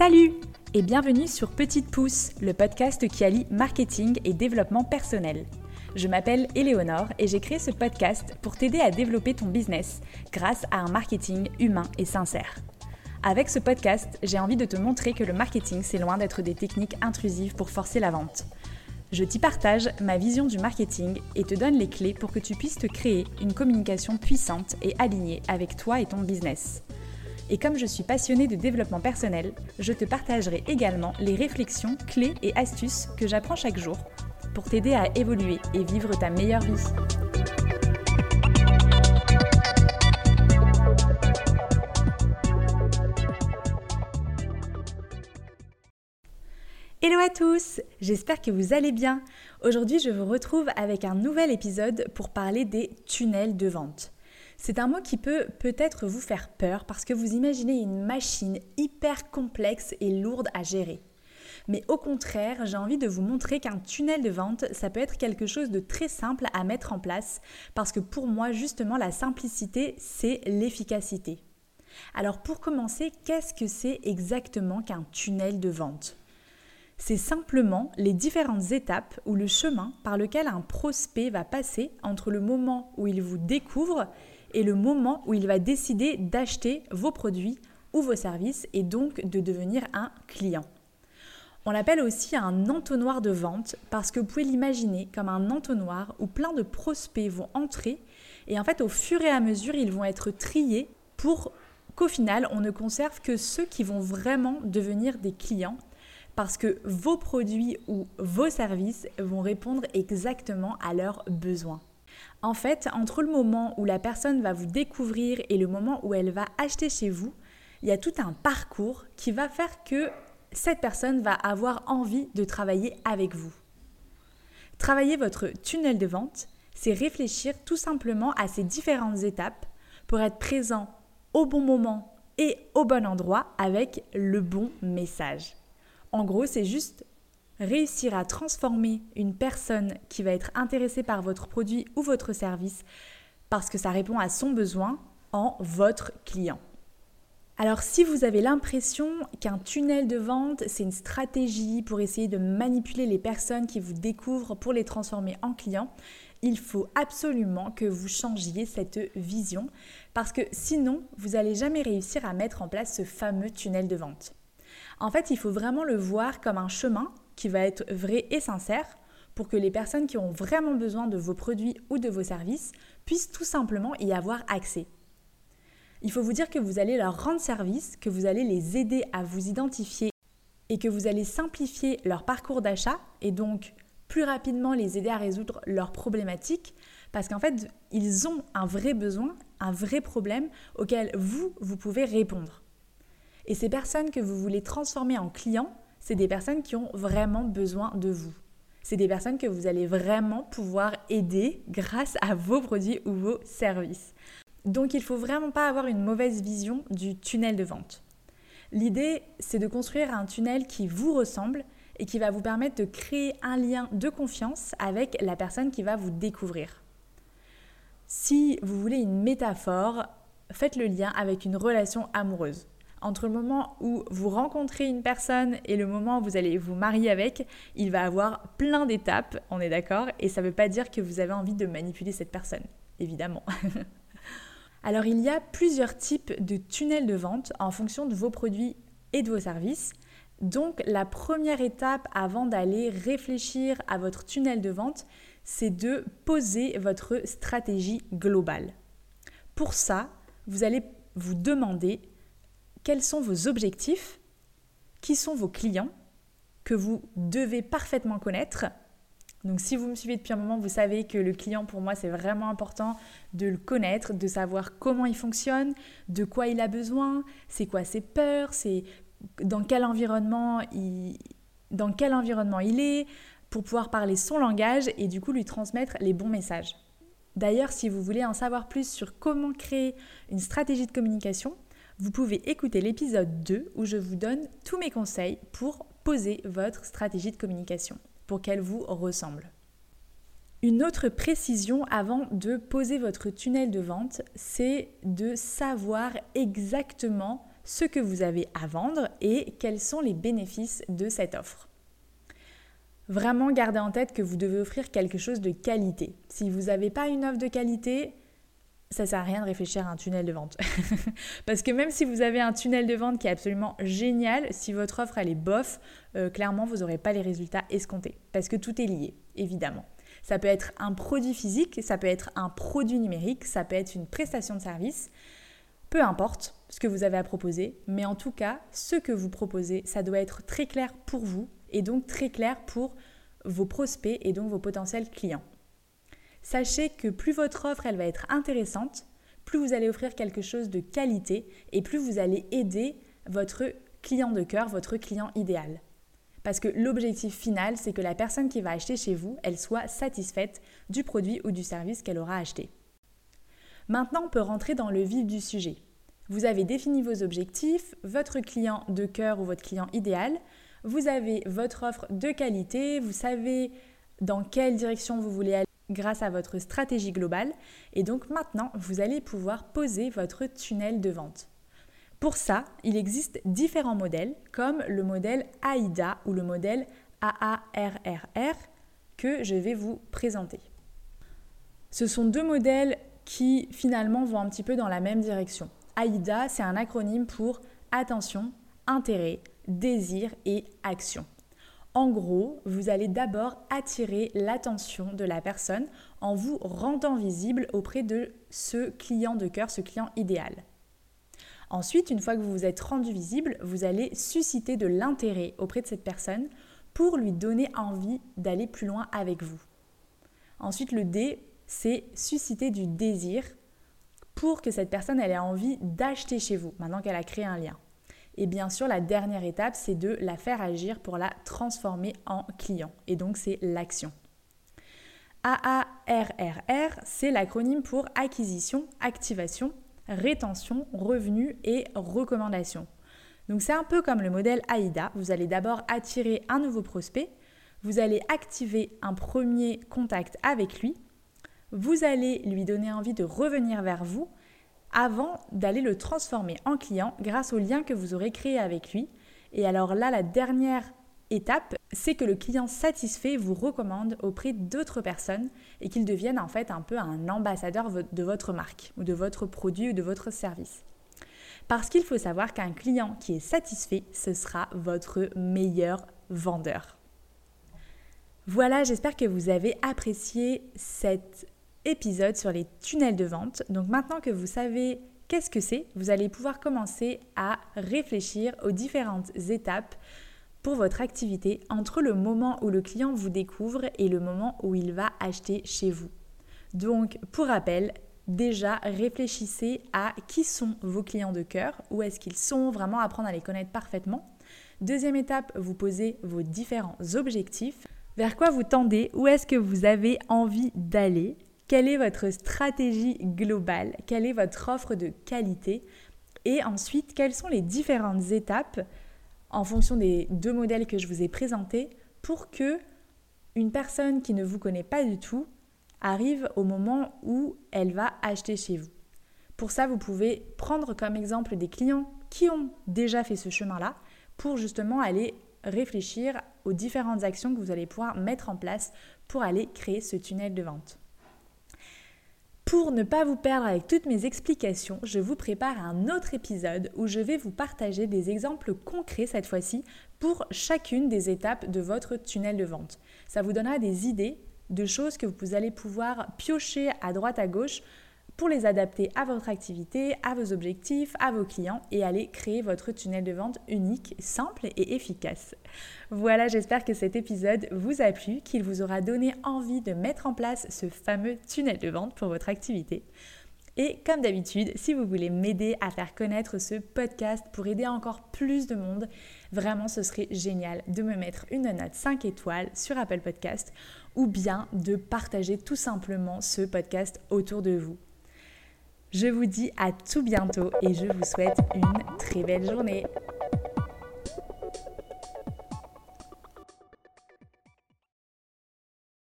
Salut et bienvenue sur Petite Pouce, le podcast qui allie marketing et développement personnel. Je m'appelle Éléonore et j'ai créé ce podcast pour t'aider à développer ton business grâce à un marketing humain et sincère. Avec ce podcast, j'ai envie de te montrer que le marketing, c'est loin d'être des techniques intrusives pour forcer la vente. Je t'y partage ma vision du marketing et te donne les clés pour que tu puisses te créer une communication puissante et alignée avec toi et ton business. Et comme je suis passionnée de développement personnel, je te partagerai également les réflexions, clés et astuces que j'apprends chaque jour pour t'aider à évoluer et vivre ta meilleure vie. Hello à tous, j'espère que vous allez bien. Aujourd'hui, je vous retrouve avec un nouvel épisode pour parler des tunnels de vente. C'est un mot qui peut peut-être vous faire peur parce que vous imaginez une machine hyper complexe et lourde à gérer. Mais au contraire, j'ai envie de vous montrer qu'un tunnel de vente, ça peut être quelque chose de très simple à mettre en place parce que pour moi, justement, la simplicité, c'est l'efficacité. Alors pour commencer, qu'est-ce que c'est exactement qu'un tunnel de vente ? C'est simplement les différentes étapes ou le chemin par lequel un prospect va passer entre le moment où il vous découvre et le moment où il va décider d'acheter vos produits ou vos services et donc de devenir un client. On l'appelle aussi un entonnoir de vente parce que vous pouvez l'imaginer comme un entonnoir où plein de prospects vont entrer et en fait au fur et à mesure ils vont être triés pour qu'au final on ne conserve que ceux qui vont vraiment devenir des clients parce que vos produits ou vos services vont répondre exactement à leurs besoins. En fait, entre le moment où la personne va vous découvrir et le moment où elle va acheter chez vous, il y a tout un parcours qui va faire que cette personne va avoir envie de travailler avec vous. Travailler votre tunnel de vente, c'est réfléchir tout simplement à ces différentes étapes pour être présent au bon moment et au bon endroit avec le bon message. En gros, c'est juste réussir à transformer une personne qui va être intéressée par votre produit ou votre service parce que ça répond à son besoin en votre client. Alors si vous avez l'impression qu'un tunnel de vente, c'est une stratégie pour essayer de manipuler les personnes qui vous découvrent pour les transformer en clients, il faut absolument que vous changiez cette vision parce que sinon, vous n'allez jamais réussir à mettre en place ce fameux tunnel de vente. En fait, il faut vraiment le voir comme un chemin qui va être vrai et sincère pour que les personnes qui ont vraiment besoin de vos produits ou de vos services puissent tout simplement y avoir accès. Il faut vous dire que vous allez leur rendre service, que vous allez les aider à vous identifier et que vous allez simplifier leur parcours d'achat et donc plus rapidement les aider à résoudre leurs problématiques parce qu'en fait, ils ont un vrai besoin, un vrai problème auquel vous pouvez répondre. Et ces personnes que vous voulez transformer en clients, c'est des personnes qui ont vraiment besoin de vous. C'est des personnes que vous allez vraiment pouvoir aider grâce à vos produits ou vos services. Donc il ne faut vraiment pas avoir une mauvaise vision du tunnel de vente. L'idée, c'est de construire un tunnel qui vous ressemble et qui va vous permettre de créer un lien de confiance avec la personne qui va vous découvrir. Si vous voulez une métaphore, faites le lien avec une relation amoureuse. Entre le moment où vous rencontrez une personne et le moment où vous allez vous marier avec, il va avoir plein d'étapes, on est d'accord, et ça ne veut pas dire que vous avez envie de manipuler cette personne, évidemment. Alors il y a plusieurs types de tunnels de vente en fonction de vos produits et de vos services. Donc la première étape avant d'aller réfléchir à votre tunnel de vente, c'est de poser votre stratégie globale. Pour ça, vous allez vous demander quels sont vos objectifs, qui sont vos clients que vous devez parfaitement connaître. Donc si vous me suivez depuis un moment, vous savez que le client pour moi c'est vraiment important de le connaître, de savoir comment il fonctionne, de quoi il a besoin, c'est quoi ses peurs, c'est dans quel environnement il est, pour pouvoir parler son langage et du coup lui transmettre les bons messages. D'ailleurs, si vous voulez en savoir plus sur comment créer une stratégie de communication, vous pouvez écouter l'épisode 2 où je vous donne tous mes conseils pour poser votre stratégie de communication, pour qu'elle vous ressemble. Une autre précision avant de poser votre tunnel de vente, c'est de savoir exactement ce que vous avez à vendre et quels sont les bénéfices de cette offre. Vraiment, gardez en tête que vous devez offrir quelque chose de qualité. Si vous n'avez pas une offre de qualité, ça ne sert à rien de réfléchir à un tunnel de vente. Parce que même si vous avez un tunnel de vente qui est absolument génial, si votre offre elle est bof, clairement vous n'aurez pas les résultats escomptés. Parce que tout est lié, évidemment. Ça peut être un produit physique, ça peut être un produit numérique, ça peut être une prestation de service. Peu importe ce que vous avez à proposer, mais en tout cas, ce que vous proposez, ça doit être très clair pour vous et donc très clair pour vos prospects et donc vos potentiels clients. Sachez que plus votre offre elle va être intéressante, plus vous allez offrir quelque chose de qualité et plus vous allez aider votre client de cœur, votre client idéal. Parce que l'objectif final, c'est que la personne qui va acheter chez vous, elle soit satisfaite du produit ou du service qu'elle aura acheté. Maintenant, on peut rentrer dans le vif du sujet. Vous avez défini vos objectifs, votre client de cœur ou votre client idéal, vous avez votre offre de qualité, vous savez dans quelle direction vous voulez aller grâce à votre stratégie globale et donc maintenant, vous allez pouvoir poser votre tunnel de vente. Pour ça, il existe différents modèles comme le modèle AIDA ou le modèle AARRR que je vais vous présenter. Ce sont deux modèles qui finalement vont un petit peu dans la même direction. AIDA, c'est un acronyme pour attention, intérêt, désir et action. En gros, vous allez d'abord attirer l'attention de la personne en vous rendant visible auprès de ce client de cœur, ce client idéal. Ensuite, une fois que vous vous êtes rendu visible, vous allez susciter de l'intérêt auprès de cette personne pour lui donner envie d'aller plus loin avec vous. Ensuite, le D, c'est susciter du désir pour que cette personne elle ait envie d'acheter chez vous, maintenant qu'elle a créé un lien. Et bien sûr, la dernière étape, c'est de la faire agir pour la transformer en client. Et donc, c'est l'action. AARRR, c'est l'acronyme pour acquisition, activation, rétention, revenu et recommandation. Donc, c'est un peu comme le modèle AIDA. Vous allez d'abord attirer un nouveau prospect. Vous allez activer un premier contact avec lui. Vous allez lui donner envie de revenir vers vous avant d'aller le transformer en client grâce au lien que vous aurez créé avec lui. Et alors là, la dernière étape, c'est que le client satisfait vous recommande auprès d'autres personnes et qu'il devienne en fait un peu un ambassadeur de votre marque ou de votre produit ou de votre service. Parce qu'il faut savoir qu'un client qui est satisfait, ce sera votre meilleur vendeur. Voilà, j'espère que vous avez apprécié cet épisode sur les tunnels de vente. Donc maintenant que vous savez qu'est-ce que c'est, vous allez pouvoir commencer à réfléchir aux différentes étapes pour votre activité entre le moment où le client vous découvre et le moment où il va acheter chez vous. Donc pour rappel, déjà réfléchissez à qui sont vos clients de cœur, où est-ce qu'ils sont, vraiment apprendre à les connaître parfaitement. Deuxième étape, vous posez vos différents objectifs. Vers quoi vous tendez, où est-ce que vous avez envie d'aller? Quelle est votre stratégie globale? Quelle est votre offre de qualité? Et ensuite, quelles sont les différentes étapes en fonction des deux modèles que je vous ai présentés pour que une personne qui ne vous connaît pas du tout arrive au moment où elle va acheter chez vous? Pour ça, vous pouvez prendre comme exemple des clients qui ont déjà fait ce chemin-là pour justement aller réfléchir aux différentes actions que vous allez pouvoir mettre en place pour aller créer ce tunnel de vente. Pour ne pas vous perdre avec toutes mes explications, je vous prépare un autre épisode où je vais vous partager des exemples concrets cette fois-ci pour chacune des étapes de votre tunnel de vente. Ça vous donnera des idées de choses que vous allez pouvoir piocher à droite à gauche pour les adapter à votre activité, à vos objectifs, à vos clients et aller créer votre tunnel de vente unique, simple et efficace. Voilà, j'espère que cet épisode vous a plu, qu'il vous aura donné envie de mettre en place ce fameux tunnel de vente pour votre activité. Et comme d'habitude, si vous voulez m'aider à faire connaître ce podcast pour aider encore plus de monde, vraiment ce serait génial de me mettre une note 5 étoiles sur Apple Podcast ou bien de partager tout simplement ce podcast autour de vous. Je vous dis à tout bientôt et je vous souhaite une très belle journée.